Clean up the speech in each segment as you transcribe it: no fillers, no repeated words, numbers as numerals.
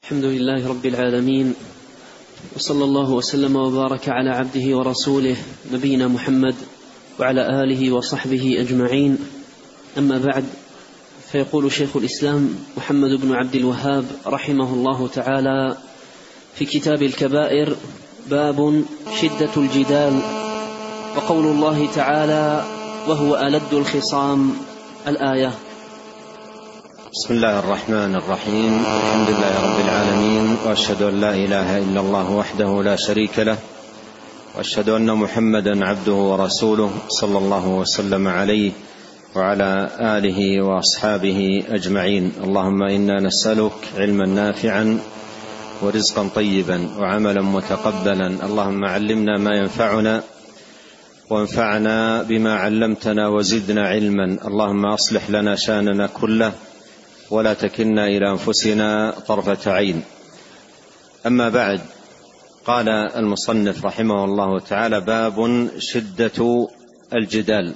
الحمد لله رب العالمين، وصلى الله وسلم وبارك على عبده ورسوله نبينا محمد وعلى آله وصحبه أجمعين. أما بعد، فيقول شيخ الإسلام محمد بن عبد الوهاب رحمه الله تعالى في كتاب الكبائر: باب شدة الجدال، وقول الله تعالى: وهو ألد الخصام، الآية. بسم الله الرحمن الرحيم. الحمد لله رب العالمين، وأشهد أن لا إله إلا الله وحده لا شريك له، وأشهد أن محمدا عبده ورسوله صلى الله وسلم عليه وعلى آله وأصحابه أجمعين. اللهم إنا نسألك علما نافعا ورزقا طيبا وعملا متقبلا. اللهم علمنا ما ينفعنا وانفعنا بما علمتنا وزدنا علما. اللهم أصلح لنا شأننا كله ولا تكلنا إلى أنفسنا طرفة عين. أما بعد، قال المصنف رحمه الله تعالى: باب شدة الجدال.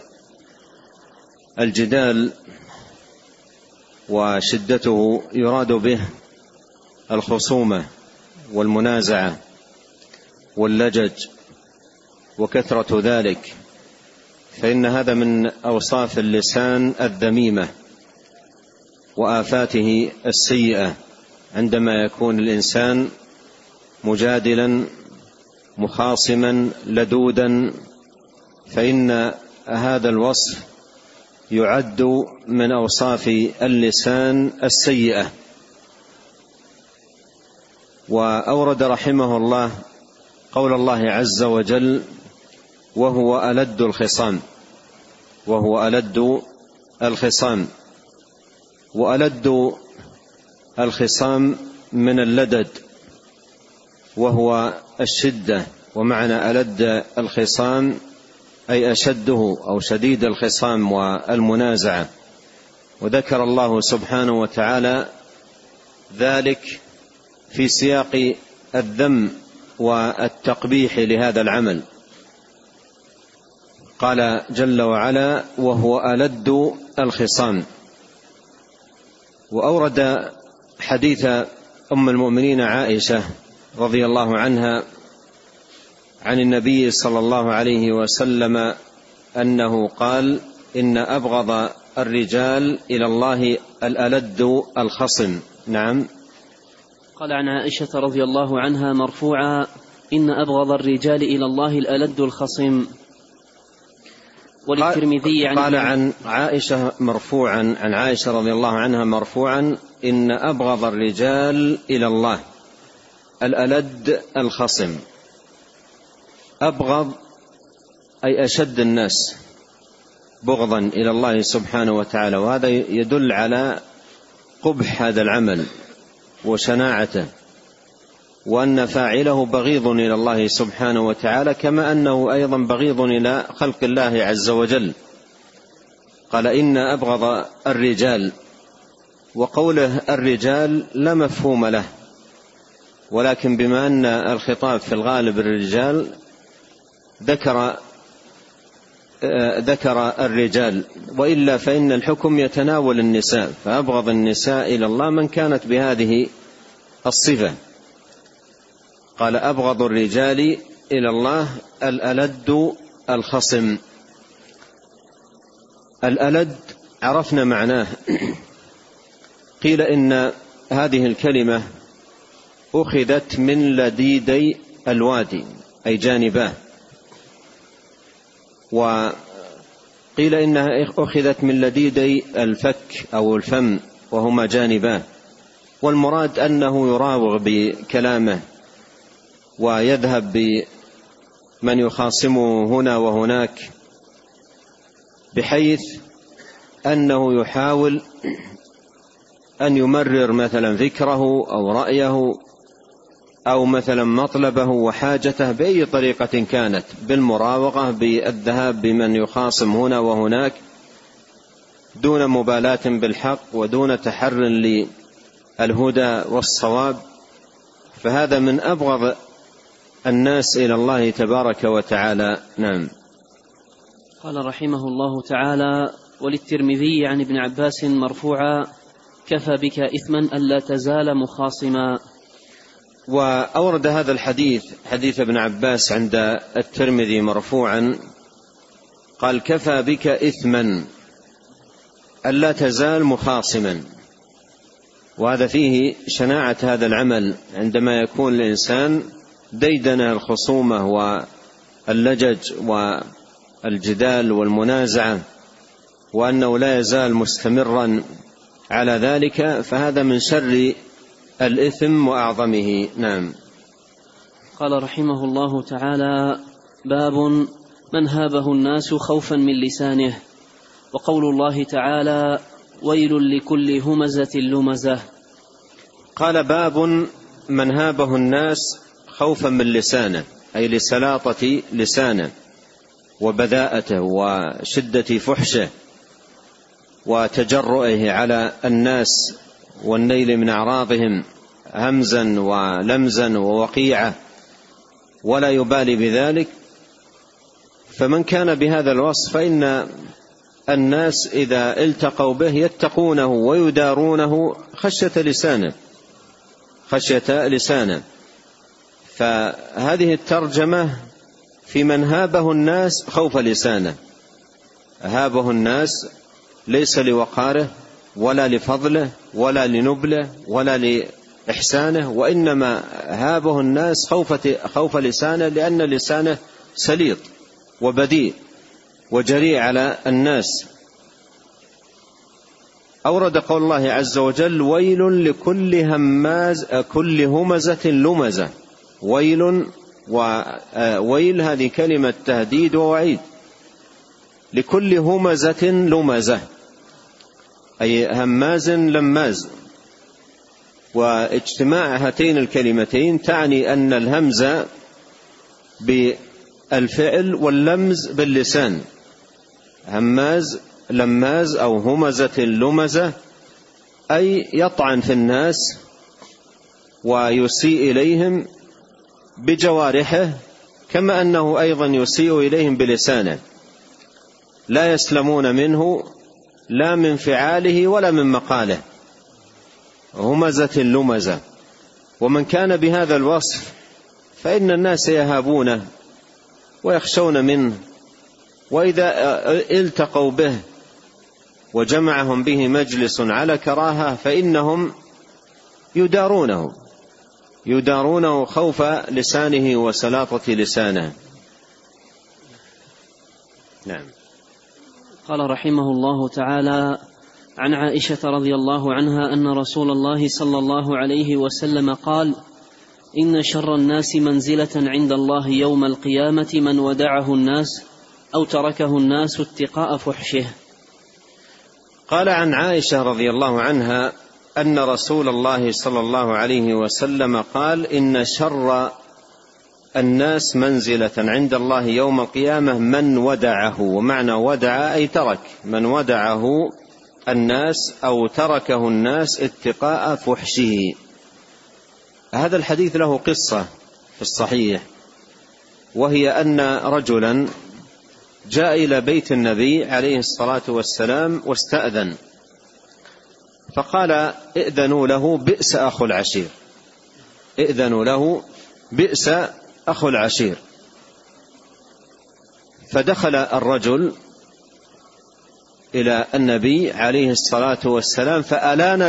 الجدال وشدته يراد به الخصومة والمنازعة واللجج وكثرة ذلك، فإن هذا من أوصاف اللسان الذميمة وآفاته السيئة، عندما يكون الإنسان مجادلا مخاصما لدودا، فإن هذا الوصف يعد من أوصاف اللسان السيئة. وأورد رحمه الله قول الله عز وجل: وهو ألد الخصام. وهو ألد الخصام. وألد الخصام من اللدد، وهو الشدة. ومعنى ألد الخصام أي أشده أو شديد الخصام والمنازعة. وذكر الله سبحانه وتعالى ذلك في سياق الذم والتقبيح لهذا العمل. قال جل وعلا: وهو ألد الخصام. وأورد حديث أم المؤمنين عائشة رضي الله عنها عن النبي صلى الله عليه وسلم أنه قال: إن أبغض الرجال إلى الله الألد الخصم. نعم. قال عن عائشة رضي الله عنها مرفوعا: إن أبغض الرجال إلى الله الألد الخصم. وللترمذي قال عن عائشة مرفوعا، عن عائشة رضي الله عنها مرفوعا: إن أبغض الرجال إلى الله الألد الخصم. أبغض أي أشد الناس بغضا إلى الله سبحانه وتعالى، وهذا يدل على قبح هذا العمل وشناعته، وأن فاعله بغيض إلى الله سبحانه وتعالى، كما أنه أيضا بغيض إلى خلق الله عز وجل. قال: إن أبغض الرجال، وقوله الرجال لا مفهوم له، ولكن بما أن الخطاب في الغالب الرجال ذكر الرجال، وإلا فإن الحكم يتناول النساء، فأبغض النساء إلى الله من كانت بهذه الصفة. قال: أبغض الرجال إلى الله الألد الخصم. الألد عرفنا معناه. قيل إن هذه الكلمة أخذت من لديدي الوادي أي جانباه، وقيل إنها أخذت من لديدي الفك أو الفم وهما جانباه، والمراد أنه يراوغ بكلامه ويذهب بمن يخاصمه هنا وهناك، بحيث أنه يحاول أن يمرر مثلا فكره أو رأيه أو مثلا مطلبه وحاجته بأي طريقة كانت، بالمراوغة، بالذهاب بمن يخاصم هنا وهناك، دون مبالاة بالحق ودون تحر للهدى والصواب. فهذا من أبغض الناس إلى الله تبارك وتعالى. نعم. قال رحمه الله تعالى: وللترمذي عن ابن عباس مرفوعا: كفى بك إثما ألا تزال مخاصما. وأورد هذا الحديث حديث ابن عباس عند الترمذي مرفوعا قال: كفى بك إثما ألا تزال مخاصما. وهذا فيه شناعة هذا العمل عندما يكون الإنسان ديدن الخصومة واللجج والجدال والمنازعة، وأنه لا يزال مستمرا على ذلك، فهذا من شر الإثم وأعظمه. نعم. قال رحمه الله تعالى: باب من هابه الناس خوفا من لسانه. وقول الله تعالى: ويل لكل همزة لمزة. قال: باب من هابه الناس خوفا من لسانه، أي لسلاطة لسانه وبذاءته وشدة فحشه وتجرؤه على الناس والنيل من أعراضهم همزا ولمزا ووقيعة، ولا يبالي بذلك. فمن كان بهذا الوصف فإن الناس إذا التقوا به يتقونه ويدارونه خشية لسانه. فهذه الترجمة في من هابه الناس خوف لسانه. هابه الناس ليس لوقاره ولا لفضله ولا لنبله ولا لإحسانه، وإنما هابه الناس خوف لسانه، لأن لسانه سليط وبديء وجريء على الناس. أورد قول الله عز وجل: ويل لكل كل همزة لمزة. ويل هذه كلمة تهديد ووعيد. لكل همزة لمزة، أي هماز لماز. واجتماع هاتين الكلمتين تعني أن الهمزة بالفعل واللمز باللسان. هماز لماز أو همزة لمزة، أي يطعن في الناس ويسيء إليهم بجوارحه، كما أنه أيضا يسيء إليهم بلسانه، لا يسلمون منه لا من فعاله ولا من مقاله. همزة لمزة. ومن كان بهذا الوصف فإن الناس يهابونه ويخشون منه، وإذا التقوا به وجمعهم به مجلس على كراهة فإنهم يدارونه خوف لسانه وسلاطة لسانه. نعم. قال رحمه الله تعالى: عن عائشة رضي الله عنها أن رسول الله صلى الله عليه وسلم قال: إن شر الناس منزلة عند الله يوم القيامة من ودعه الناس أو تركه الناس اتقاء فحشه. قال عن عائشة رضي الله عنها أن رسول الله صلى الله عليه وسلم قال: إن شر الناس منزلة عند الله يوم القيامة من ودعه. ومعنى ودع أي ترك، من ودعه الناس أو تركه الناس اتقاء فحشه. هذا الحديث له قصة في الصحيح، وهي أن رجلا جاء إلى بيت النبي عليه الصلاة والسلام واستأذن، فقال: ائذنوا له بئس أخو العشير. ائذنوا له بئس أخو العشير. فدخل الرجل إلى النبي عليه الصلاة والسلام فألان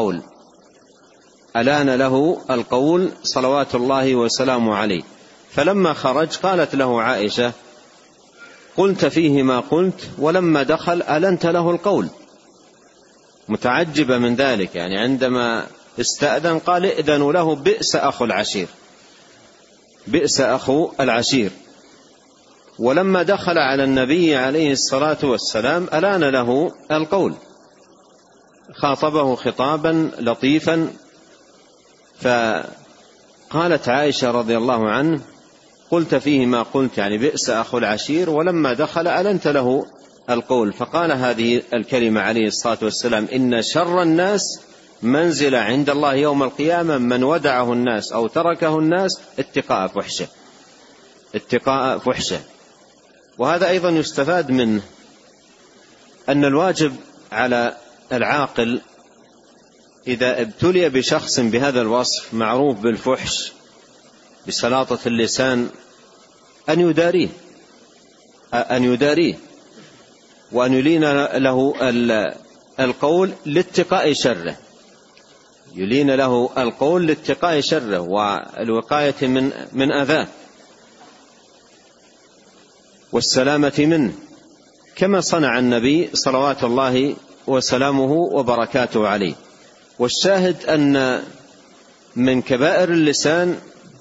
له القول صلوات الله وسلامه عليه. فلما خرج قالت له عائشة: قلت فيه ما قلت، ولما دخل ألنت له القول. متعجبة من ذلك، يعني عندما استأذن قال: ائذنوا له بئس أخو العشير، بئس أخو العشير. ولما دخل على النبي عليه الصلاة والسلام ألان له القول، خاطبه خطابا لطيفا. فقالت عائشة رضي الله عنه: قلت فيه ما قلت، يعني بئس أخو العشير، ولما دخل ألنت له القول. فقال هذه الكلمة عليه الصلاة والسلام: إن شر الناس منزل عند الله يوم القيامة من ودعه الناس أو تركه الناس اتقاء فحشه. وهذا أيضا يستفاد منه أن الواجب على العاقل إذا ابتلي بشخص بهذا الوصف معروف بالفحش بسلاطة اللسان أن يداريه وأن يلين له القول لاتقاء شره، يلين له القول لاتقاء شره والوقاية من أذاه والسلامة منه، كما صنع النبي صلوات الله وسلامه وبركاته عليه. والشاهد أن من كبائر اللسان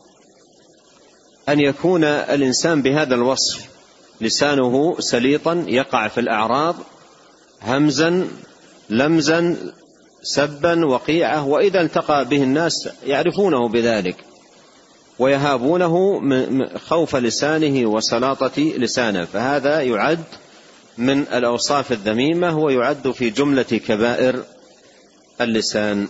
أن يكون الإنسان بهذا الوصف لسانه سليطا يقع في الأعراض همزا لمزا سبا وقيعة، وإذا التقى به الناس يعرفونه بذلك ويهابونه خوف لسانه وسلاطة لسانه، فهذا يعد من الأوصاف الذميمة ويعد في جملة كبائر اللسان.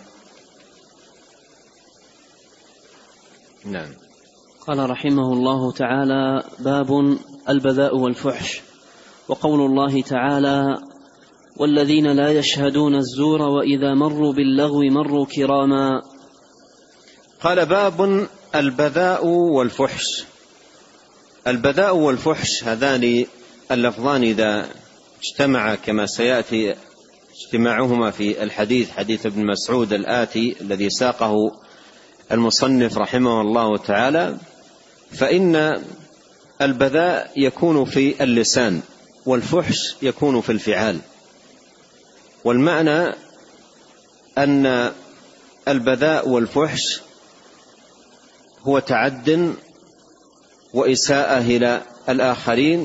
نعم. قال رحمه الله تعالى: باب البذاء والفحش. وقول الله تعالى: والذين لا يشهدون الزور وإذا مروا باللغو مروا كراما. قال: باب البذاء والفحش. البذاء والفحش هذان اللفظان إذا اجتمع كما سيأتي اجتماعهما في الحديث، حديث ابن مسعود الآتي الذي ساقه المصنف رحمه الله تعالى، فإن البذاء يكون في اللسان والفحش يكون في الفعال. والمعنى أن البذاء والفحش هو تعد وإساءة إلى الآخرين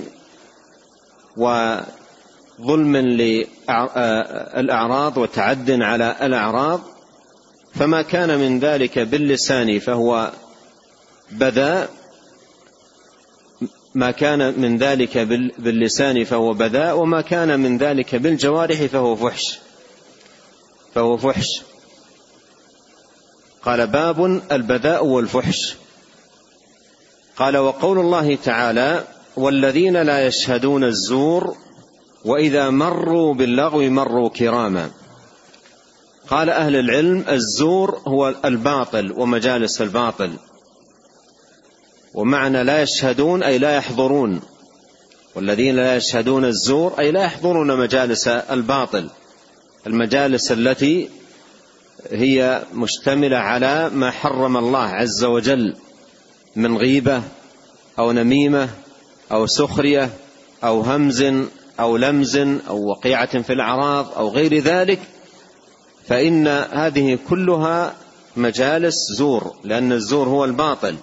وظلم للأعراض وتعد على الأعراض، فما كان من ذلك باللسان فهو بذاء، ما كان من ذلك باللسان فهو بذاء، وما كان من ذلك بالجوارح فهو فحش. قال: باب البذاء والفحش. قال: وقول الله تعالى: والذين لا يشهدون الزور وإذا مروا باللغو مروا كراما. قال أهل العلم: الزور هو الباطل ومجالس الباطل، ومعنى لا يشهدون أي لا يحضرون، والذين لا يشهدون الزور أي لا يحضرون مجالس الباطل، المجالس التي هي مشتملة على ما حرم الله عز وجل من غيبة أو نميمة أو سخرية أو همز أو لمز أو وقيعة في الأعراض أو غير ذلك، فإن هذه كلها مجالس زور، لأن الزور هو الباطل.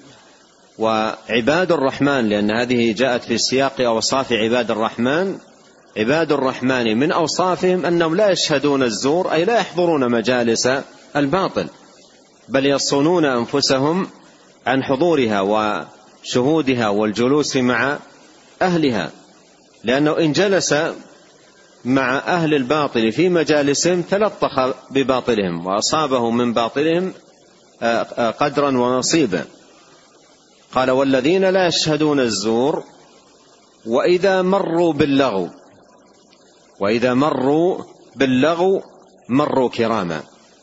وعباد الرحمن، لأن هذه جاءت في سياق أوصاف عباد الرحمن، عباد الرحمن من أوصافهم أنهم لا يشهدون الزور أي لا يحضرون مجالس الباطل، بل يصونون أنفسهم عن حضورها وشهودها والجلوس مع أهلها، لأنه إن جلس مع أهل الباطل في مجالسهم تلطخ بباطلهم وأصابه من باطلهم قدرا ونصيبا. قال: والذين لا يشهدون الزور وإذا مروا باللغو مروا كراما.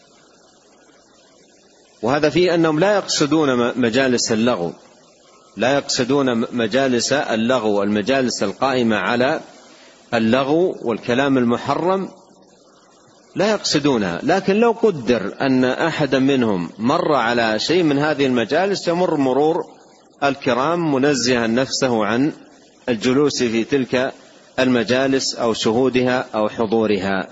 وهذا فيه أنهم لا يقصدون مجالس اللغو، لا يقصدون مجالس اللغو، المجالس القائمة على اللغو والكلام المحرم لا يقصدونها، لكن لو قدر أن أحدا منهم مر على شيء من هذه المجالس يمر مرور الكرام منزها نفسه عن الجلوس في تلك المجالس أو شهودها أو حضورها.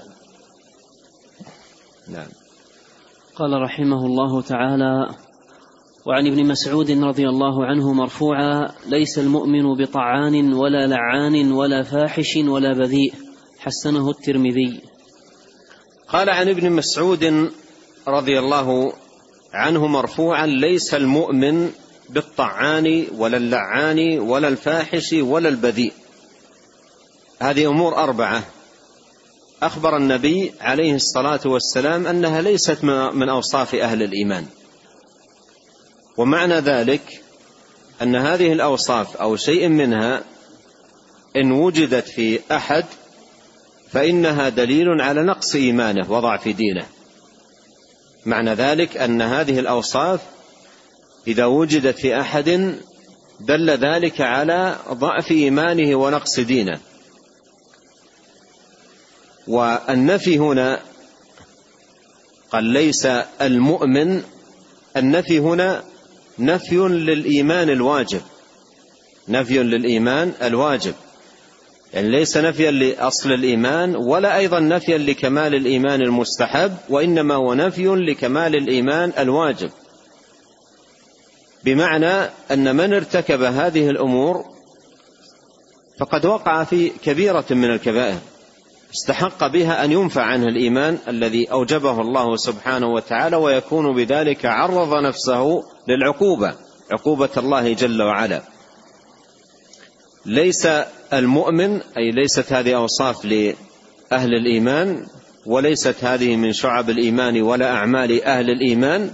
نعم. قال رحمه الله تعالى: وعن ابن مسعود رضي الله عنه مرفوعا: ليس المؤمن بطعان ولا لعان ولا فاحش ولا بذيء. حسنه الترمذي. قال عن ابن مسعود رضي الله عنه مرفوعا: ليس المؤمن بالطعان ولا اللعان ولا الفاحش ولا البذيء. هذه أمور 4 أخبر النبي عليه الصلاة والسلام أنها ليست من أوصاف أهل الإيمان، ومعنى ذلك أن هذه الأوصاف أو شيء منها إن وجدت في أحد فإنها دليل على نقص إيمانه وضعف دينه، معنى ذلك أن هذه الأوصاف إذا وجدت في أحد دل ذلك على ضعف إيمانه ونقص دينه. والنفي هنا قال ليس المؤمن، النفي هنا نفي للإيمان الواجب، نفي للإيمان الواجب، يعني ليس نفيا لأصل الإيمان ولا أيضا نفيا لكمال الإيمان المستحب، وإنما هو نفي لكمال الإيمان الواجب، بمعنى أن من ارتكب هذه الأمور فقد وقع في كبيرة من الكبائر استحق بها أن ينفع عنه الإيمان الذي أوجبه الله سبحانه وتعالى، ويكون بذلك عرض نفسه للعقوبة، عقوبة الله جل وعلا. ليس المؤمن، أي ليست هذه أوصاف لأهل الإيمان، وليست هذه من شعب الإيمان ولا أعمال أهل الإيمان،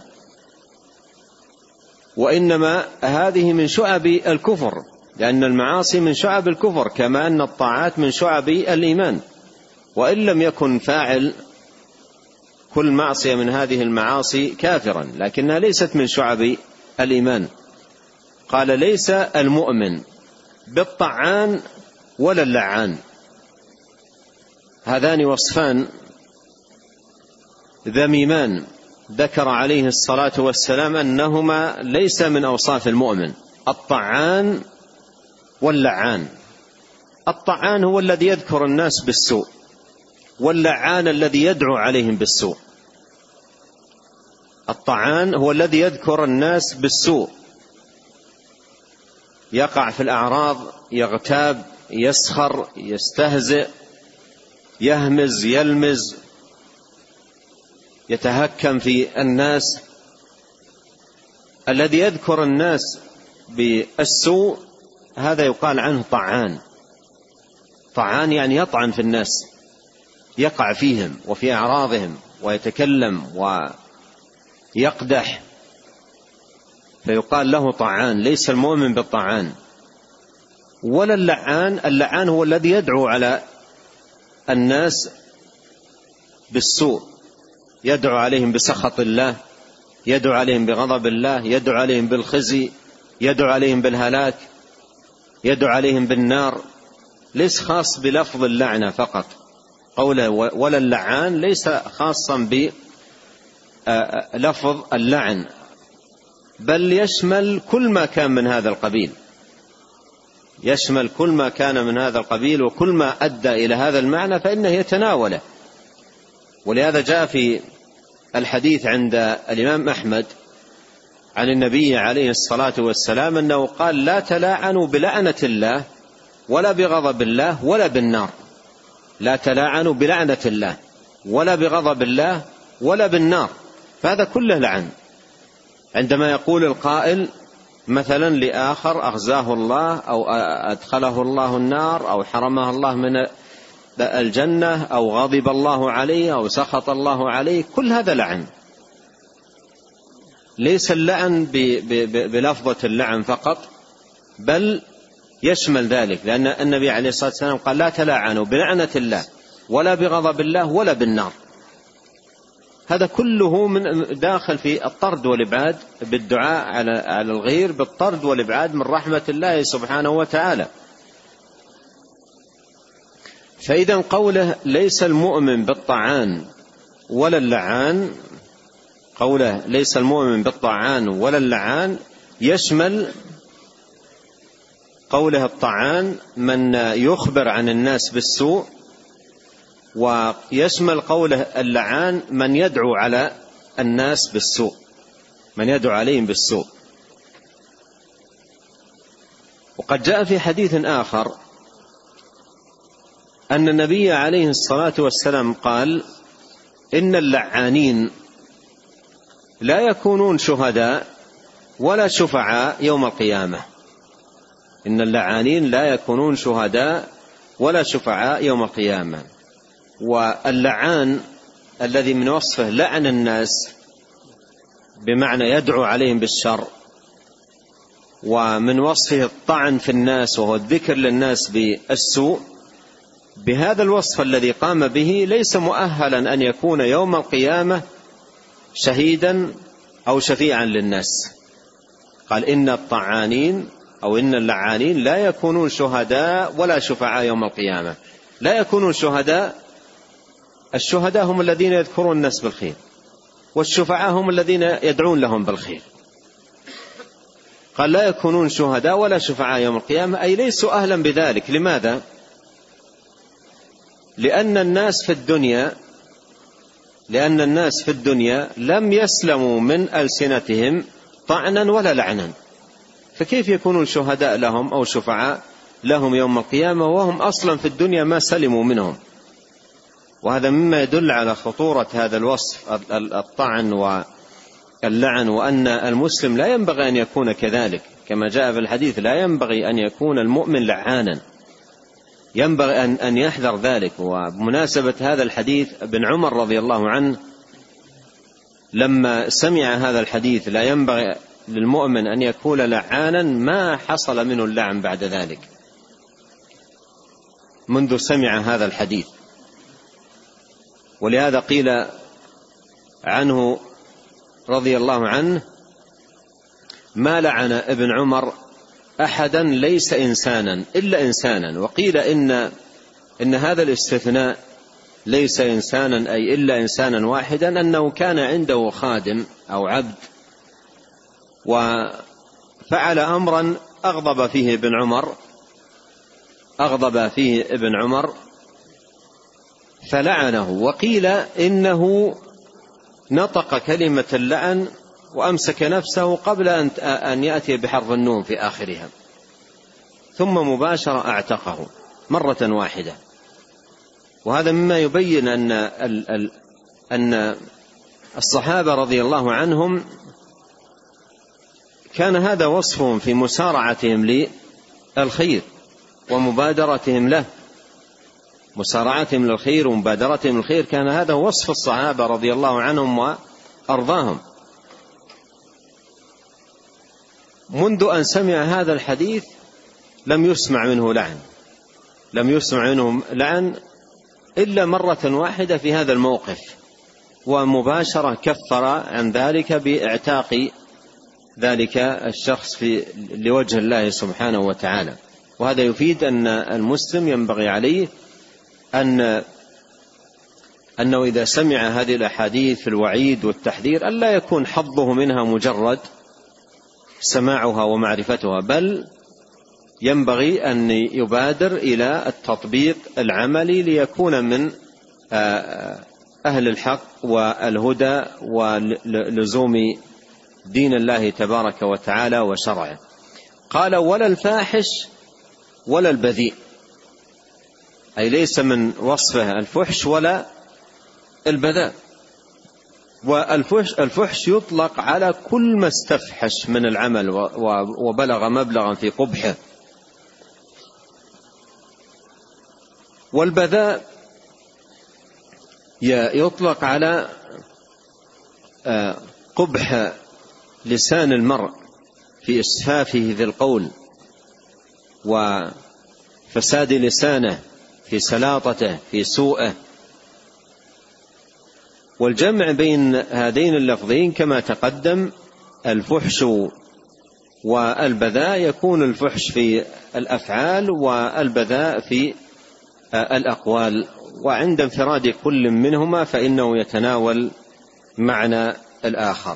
وإنما هذه من شعب الكفر، لأن المعاصي من شعب الكفر كما أن الطاعات من شعب الإيمان. وإن لم يكن فاعل كل معصية من هذه المعاصي كافرا، لكنها ليست من شعب الإيمان. قال ليس المؤمن بالطعان ولا اللعان، هذان وصفان ذميمان ذكر عليه الصلاة والسلام أنهما ليس من أوصاف المؤمن، الطعان واللعان. الطعان هو الذي يذكر الناس بالسوء، واللعان الذي يدعو عليهم بالسوء. الطعان هو الذي يذكر الناس بالسوء، يقع في الأعراض، يغتاب، يسخر، يستهزئ، يهمز، يلمز، يتهكم في الناس. الذي يذكر الناس بالسوء هذا يقال عنه طعان. طعان يعني يطعن في الناس، يقع فيهم وفي أعراضهم ويتكلم ويقدح، فيقال له طعان. ليس المؤمن بالطعان. ولا اللعان، اللعان هو الذي يدعو على الناس بالسوء، يدعو عليهم بسخط الله، يدعو عليهم بغضب الله، يدعو عليهم بالخزي، يدعو عليهم بالهلاك، يدعو عليهم بالنار. ليس خاص بلفظ اللعنة فقط، قوله ولا اللعان ليس خاصا بلفظ اللعن، بل يشمل كل ما كان من هذا القبيل، يشمل كل ما كان من هذا القبيل، وكل ما أدى إلى هذا المعنى فإنه يتناوله. ولهذا جاء في الحديث عند الإمام أحمد عن النبي عليه الصلاة والسلام أنه قال لا تلاعنوا بلعنة الله ولا بغضب الله ولا بالنار. لا تلاعنوا بلعنة الله ولا بغضب الله ولا بالنار، فهذا كله لعن. عندما يقول القائل مثلا لآخر أخزاه الله أو أدخله الله النار أو حرمه الله من الجنة أو غضب الله عليه أو سخط الله عليه، كل هذا لعن. ليس اللعن بلفظة اللعن فقط، بل يشمل ذلك، لأن النبي عليه الصلاة والسلام قال لا تلاعنوا بلعنة الله ولا بغضب الله ولا بالنار. هذا كله من داخل في الطرد والإبعاد بالدعاء على الغير، بالطرد والإبعاد من رحمة الله سبحانه وتعالى. فإذا قوله ليس المؤمن بالطعان ولا اللعان، قوله ليس المؤمن بالطعان ولا اللعان يشمل قوله الطعان من يخبر عن الناس بالسوء، ويشمل قوله اللعان من يدعو على الناس بالسوء، من يدعو عليهم بالسوء. وقد جاء في حديث آخر أن النبي عليه الصلاة والسلام قال إن اللعانين لا يكونون شهداء ولا شفعاء يوم القيامة. إن اللعانين لا يكونون شهداء ولا شفعاء يوم القيامة. واللعان الذي من وصفه لعن الناس بمعنى يدعو عليهم بالشر، ومن وصفه الطعن في الناس وهو الذكر للناس بالسوء، بهذا الوصف الذي قام به ليس مؤهلا أن يكون يوم القيامة شهيدا أو شفيعا للناس. قال إن الطعانين أو إن اللعانين لا يكونون شهداء ولا شفعاء يوم القيامة. لا يكونون شهداء، الشهداء هم الذين يذكرون الناس بالخير، والشفعاء هم الذين يدعون لهم بالخير. قال لا يكونون شهداء ولا شفعاء يوم القيامة، أي ليسوا أهلا بذلك. لماذا؟ لأن الناس في الدنيا لم يسلموا من ألسنتهم طعنا ولا لعنا، فكيف يكونون شهداء لهم أو شفعاء لهم يوم القيامة وهم أصلا في الدنيا ما سلموا منهم؟ وهذا مما يدل على خطورة هذا الوصف، الطعن واللعن، وأن المسلم لا ينبغي أن يكون كذلك، كما جاء في الحديث لا ينبغي أن يكون المؤمن لعانا، ينبغي أن يحذر ذلك. وبمناسبة هذا الحديث ابن عمر رضي الله عنه لما سمع هذا الحديث لا ينبغي للمؤمن أن يكون لعانا، ما حصل منه اللعن بعد ذلك منذ سمع هذا الحديث. ولهذا قيل عنه رضي الله عنه ما لعن ابن عمر أحدا ليس إنسانا إلا إنسانا. وقيل إن هذا الاستثناء ليس إنسانا أي إلا إنسانا واحدا، أنه كان عنده خادم أو عبد وفعل أمرا أغضب فيه ابن عمر فلعنه. وقيل إنه نطق كلمة اللعن وأمسك نفسه قبل أن يأتي بحرف النون في آخرها، ثم مباشرة أعتقه مرة واحدة. وهذا مما يبين أن الصحابة رضي الله عنهم كان هذا وصفهم في مسارعتهم للخير ومبادرتهم له، مسارعتهم للخير ومبادرتهم للخير، كان هذا وصف الصحابة رضي الله عنهم وأرضاهم. منذ أن سمع هذا الحديث لم يسمع منهم لعن إلا مرة واحدة في هذا الموقف، ومباشرة كفر عن ذلك بإعتاق ذلك الشخص لوجه الله سبحانه وتعالى. وهذا يفيد أن المسلم ينبغي عليه أنه إذا سمع هذه الأحاديث في الوعيد والتحذير ألا يكون حظه منها مجرد سماعها ومعرفتها، بل ينبغي أن يبادر إلى التطبيق العملي ليكون من أهل الحق والهدى ولزوم دين الله تبارك وتعالى وشرعه. قال ولا الفاحش ولا البذيء، أي ليس من وصفه الفحش ولا البذاء. والفحش يطلق على كل ما استفحش من العمل وبلغ مبلغا في قبحه. والبذاء يطلق على قبح لسان المرء في إسفافه ذي القول، وفساد لسانه في سلاطته في سوءه. والجمع بين هذين اللفظين كما تقدم الفحش والبذاء، يكون الفحش في الأفعال والبذاء في الأقوال، وعند انفراد كل منهما فإنه يتناول معنى الآخر.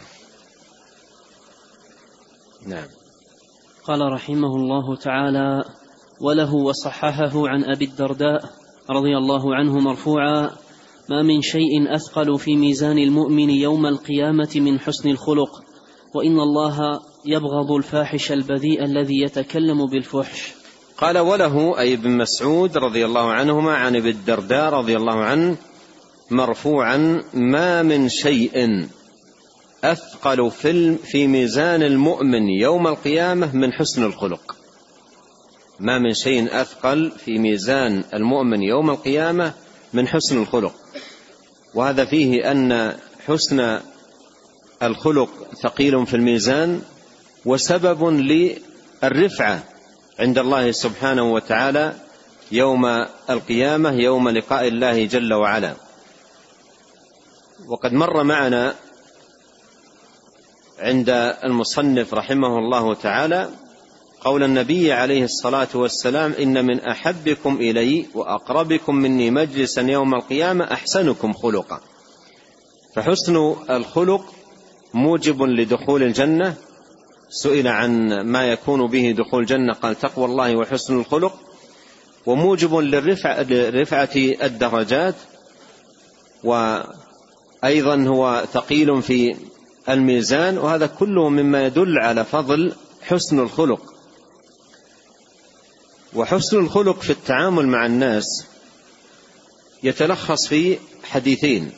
نعم. قال رحمه الله تعالى: وله وصححه عن أبي الدرداء رضي الله عنه مرفوعا: ما من شيء أثقل في ميزان المؤمن يوم القيامة من حسن الخلق، وإن الله يبغض الفاحش البذيء الذي يتكلم بالفحش. قال وله أي ابن مسعود رضي الله عنهما عن أبي الدرداء رضي الله عنه مرفوعا: ما من شيء أثقل في ميزان المؤمن يوم القيامة من حسن الخلق. ما من شيء أثقل في ميزان المؤمن يوم القيامة من حسن الخلق. وهذا فيه أن حسن الخلق ثقيل في الميزان وسبب للرفعة عند الله سبحانه وتعالى يوم القيامة، يوم لقاء الله جل وعلا. وقد مر معنا عند المصنف رحمه الله تعالى قول النبي عليه الصلاة والسلام: إن من أحبكم إلي وأقربكم مني مجلسا يوم القيامة أحسنكم خلقا. فحسن الخلق موجب لدخول الجنة. سئل عن ما يكون به دخول الجنة قال: تقوى الله وحسن الخلق. وموجب لرفعة الدرجات، وأيضا هو ثقيل في الميزان، وهذا كله مما يدل على فضل حسن الخلق. وحسن الخلق في التعامل مع الناس يتلخص في حديثين: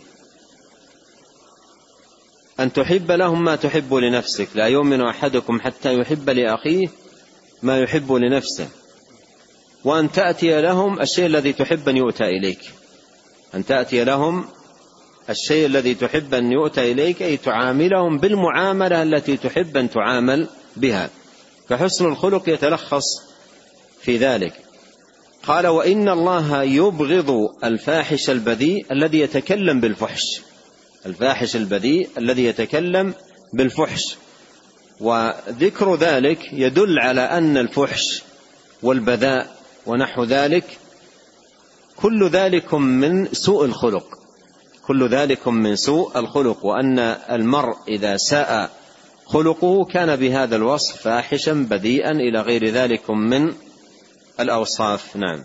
أن تحب لهم ما تحب لنفسك، لا يؤمن أحدكم حتى يحب لأخيه ما يحب لنفسه، وأن تأتي لهم الشيء الذي تحب أن يؤتى إليك. أن تأتي لهم الشيء الذي تحب أن يؤتى إليك، أي تعاملهم بالمعاملة التي تحب أن تعامل بها. فحسن الخلق يتلخص في ذلك. قال: وإن الله يبغض الفاحش البذيء الذي يتكلم بالفحش. الفاحش البذيء الذي يتكلم بالفحش. وذكر ذلك يدل على أن الفحش والبذاء ونحو ذلك كل ذلك من سوء الخلق، كل ذلك من سوء الخلق، وأن المرء إذا ساء خلقه كان بهذا الوصف فاحشا بذيئا إلى غير ذلك من الأوصاف. نعم.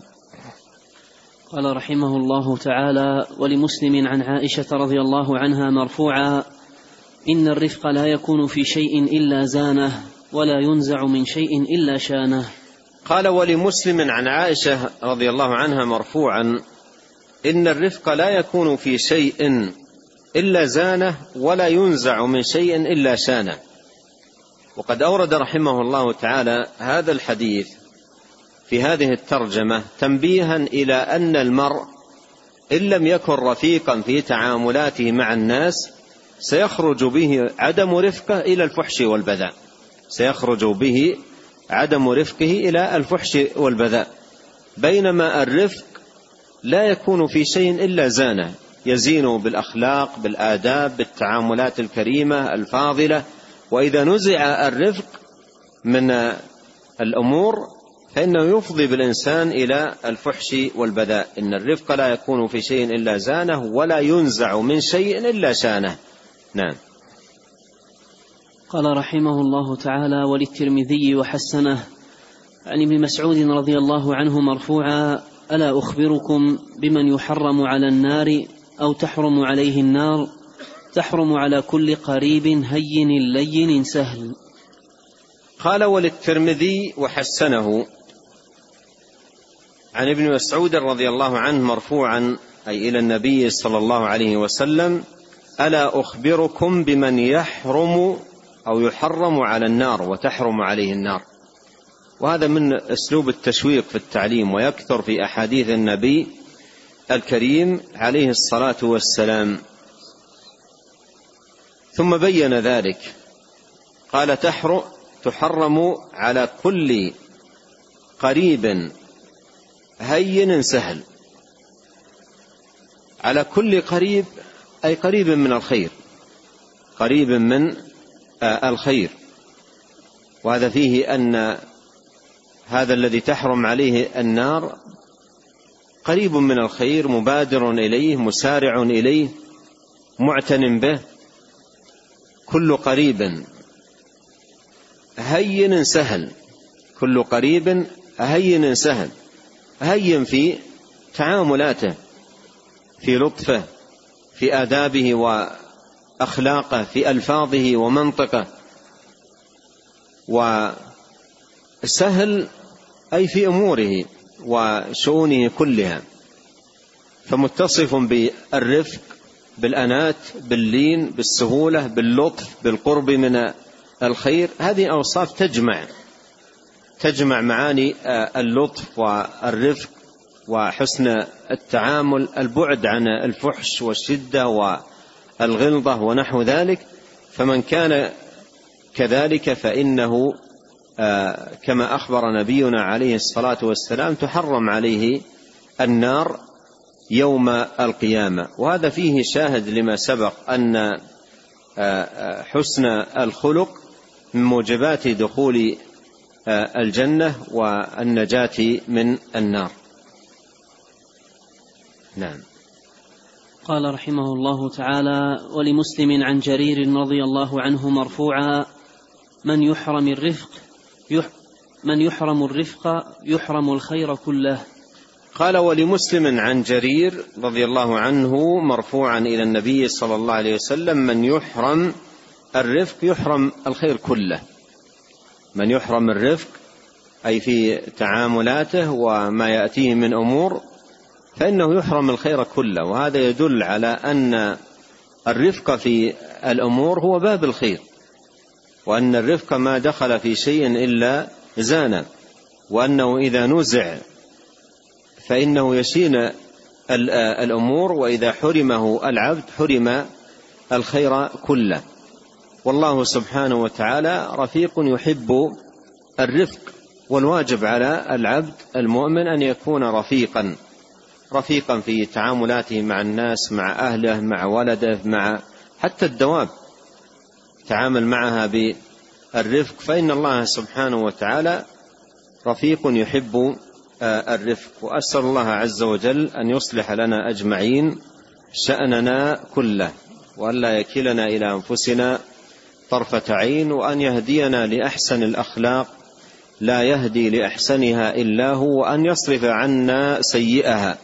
قال رحمه الله تعالى: ولمسلم عن عائشة رضي الله عنها مرفوعا: إن الرفق لا يكون في شيء إلا زانه، ولا ينزع من شيء إلا شانه. قال: ولمسلم عن عائشة رضي الله عنها مرفوعا: إن الرفق لا يكون في شيء إلا زانه، ولا ينزع من شيء إلا شانه. وقد أورد رحمه الله تعالى هذا الحديث في هذه الترجمة تنبيها إلى أن المرء إن لم يكن رفيقا في تعاملاته مع الناس سيخرج به عدم رفقه إلى الفحش والبذاء، سيخرج به عدم رفقه إلى الفحش والبذاء. بينما الرفق لا يكون في شيء إلا زانه، يزين بالأخلاق، بالآداب، بالتعاملات الكريمة الفاضلة. وإذا نزع الرفق من الأمور فإنه يفضي بالإنسان إلى الفحش والبذاء. إن الرفق لا يكون في شيء إلا زانه، ولا ينزع من شيء إلا شانه. نعم. قال رحمه الله تعالى: وللترمذي وحسنه عن ابن مسعود رضي الله عنه مرفوعا: ألا أخبركم بمن يحرم على النار أو تحرم عليه النار؟ تحرم على كل قريب هين لين سهل. قال: وللترمذي وحسنه عن ابن مسعود رضي الله عنه مرفوعا، أي إلى النبي صلى الله عليه وسلم: ألا أخبركم بمن يحرم أو يحرم على النار وتحرم عليه النار. وهذا من أسلوب التشويق في التعليم، ويكثر في أحاديث النبي الكريم عليه الصلاة والسلام. ثم بين ذلك قال: تحرم على كل قريب هين سهل. على كل قريب أي قريب من الخير، قريب من الخير. وهذا فيه أن هذا الذي تحرم عليه النار قريب من الخير، مبادر إليه، مسارع إليه، معتن به. كل قريب هين سهل، كل قريب هين سهل. هين في تعاملاته، في لطفه، في آدابه وأخلاقه، في ألفاظه ومنطقه. وسهل أي في أموره وشؤونه كلها. فمتصف بالرفق، بالأنات، باللين، بالسهولة، باللطف، بالقرب من الخير. هذه أوصاف تجمع معاني اللطف والرفق وحسن التعامل، البعد عن الفحش والشدة والغلظة ونحو ذلك. فمن كان كذلك فإنه كما أخبر نبينا عليه الصلاة والسلام تحرم عليه النار يوم القيامة. وهذا فيه شاهد لما سبق أن حسن الخلق من موجبات دخول الجنة والنجاة من النار. نعم. قال رحمه الله تعالى: ولمسلم عن جرير رضي الله عنه مرفوعا: من يحرم الرفق يحرم الخير كله. قال: ولمسلم عن جرير رضي الله عنه مرفوعا إلى النبي صلى الله عليه وسلم: من يحرم الرفق يحرم الخير كله. من يحرم الرفق أي في تعاملاته وما يأتيه من أمور فإنه يحرم الخير كله. وهذا يدل على أن الرفق في الأمور هو باب الخير، وأن الرفق ما دخل في شيء إلا زانه، وأنه إذا نزع فإنه يشين الأمور، وإذا حرمه العبد حرم الخير كله. والله سبحانه وتعالى رفيق يحب الرفق، والواجب على العبد المؤمن أن يكون رفيقا في تعاملاته مع الناس، مع أهله، مع ولده، مع حتى الدواب تعامل معها بالرفق، فإن الله سبحانه وتعالى رفيق يحب الرفق. وأسأل الله عز وجل أن يصلح لنا أجمعين شأننا كله، وأن لا يكلنا إلى أنفسنا طرفة عين، وأن يهدينا لأحسن الأخلاق لا يهدي لأحسنها إلا هو، وأن يصرف عنا سيئها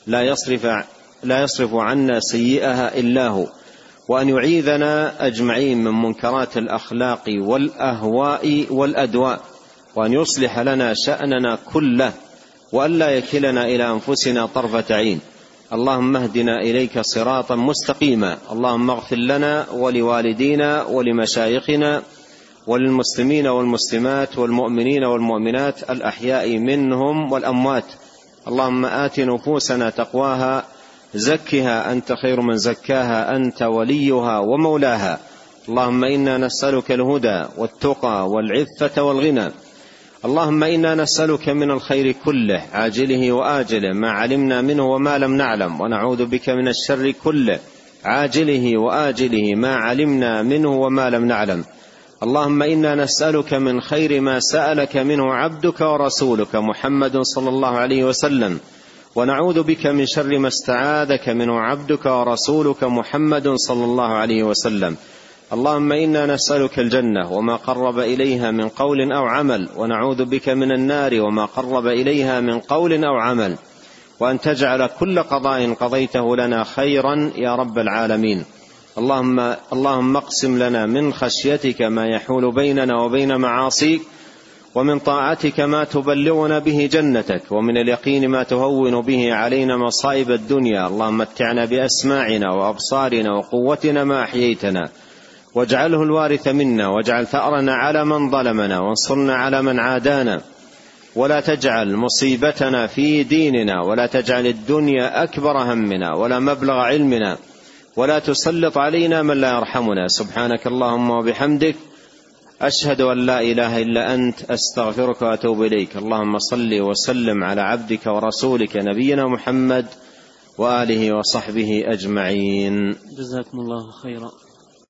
لا يصرف عنا سيئها إلا هو، وأن يعيذنا أجمعين من منكرات الأخلاق والأهواء والأدواء، وأن يصلح لنا شأننا كله، وأن لا يكلنا إلى أنفسنا طرفة عين. اللهم اهدنا إليك صراطا مستقيما. اللهم اغفر لنا ولوالدينا ولمشايخنا وللمسلمين والمسلمات والمؤمنين والمؤمنات الأحياء منهم والأموات. اللهم آت نفوسنا تقواها، زكها أنت خير من زكاها، أنت وليها ومولاها. اللهم إنا نسألك الهدى والتقى والعفة والغنى. اللهم إنا نسألك من الخير كله عاجله وآجله ما علمنا منه وما لم نعلم، ونعوذ بك من الشر كله عاجله وآجله ما علمنا منه وما لم نعلم. اللهم إنا نسألك من خير ما سألك منه عبدك ورسولك محمد صلى الله عليه وسلم، ونعوذ بك من شر ما استعاذك منه عبدك ورسولك محمد صلى الله عليه وسلم. اللهم إنا نسألك الجنة وما قرب إليها من قول أو عمل، ونعوذ بك من النار وما قرب إليها من قول أو عمل، وأن تجعل كل قضاء قضيته لنا خيرا يا رب العالمين. اللهم اقسم لنا من خشيتك ما يحول بيننا وبين معاصيك، ومن طاعتك ما تبلغنا به جنتك، ومن اليقين ما تهون به علينا مصائب الدنيا. اللهم متعنا بأسماعنا وأبصارنا وقوتنا ما أحييتنا، واجعله الوارث منا، واجعل ثأرنا على من ظلمنا، وانصرنا على من عادانا، ولا تجعل مصيبتنا في ديننا، ولا تجعل الدنيا أكبر همنا ولا مبلغ علمنا، ولا تسلط علينا من لا يرحمنا. سبحانك اللهم وبحمدك، أشهد أن لا إله إلا أنت، أستغفرك وأتوب إليك. اللهم صل وسلم على عبدك ورسولك نبينا محمد وآله وصحبه أجمعين. جزاكم الله خيرا.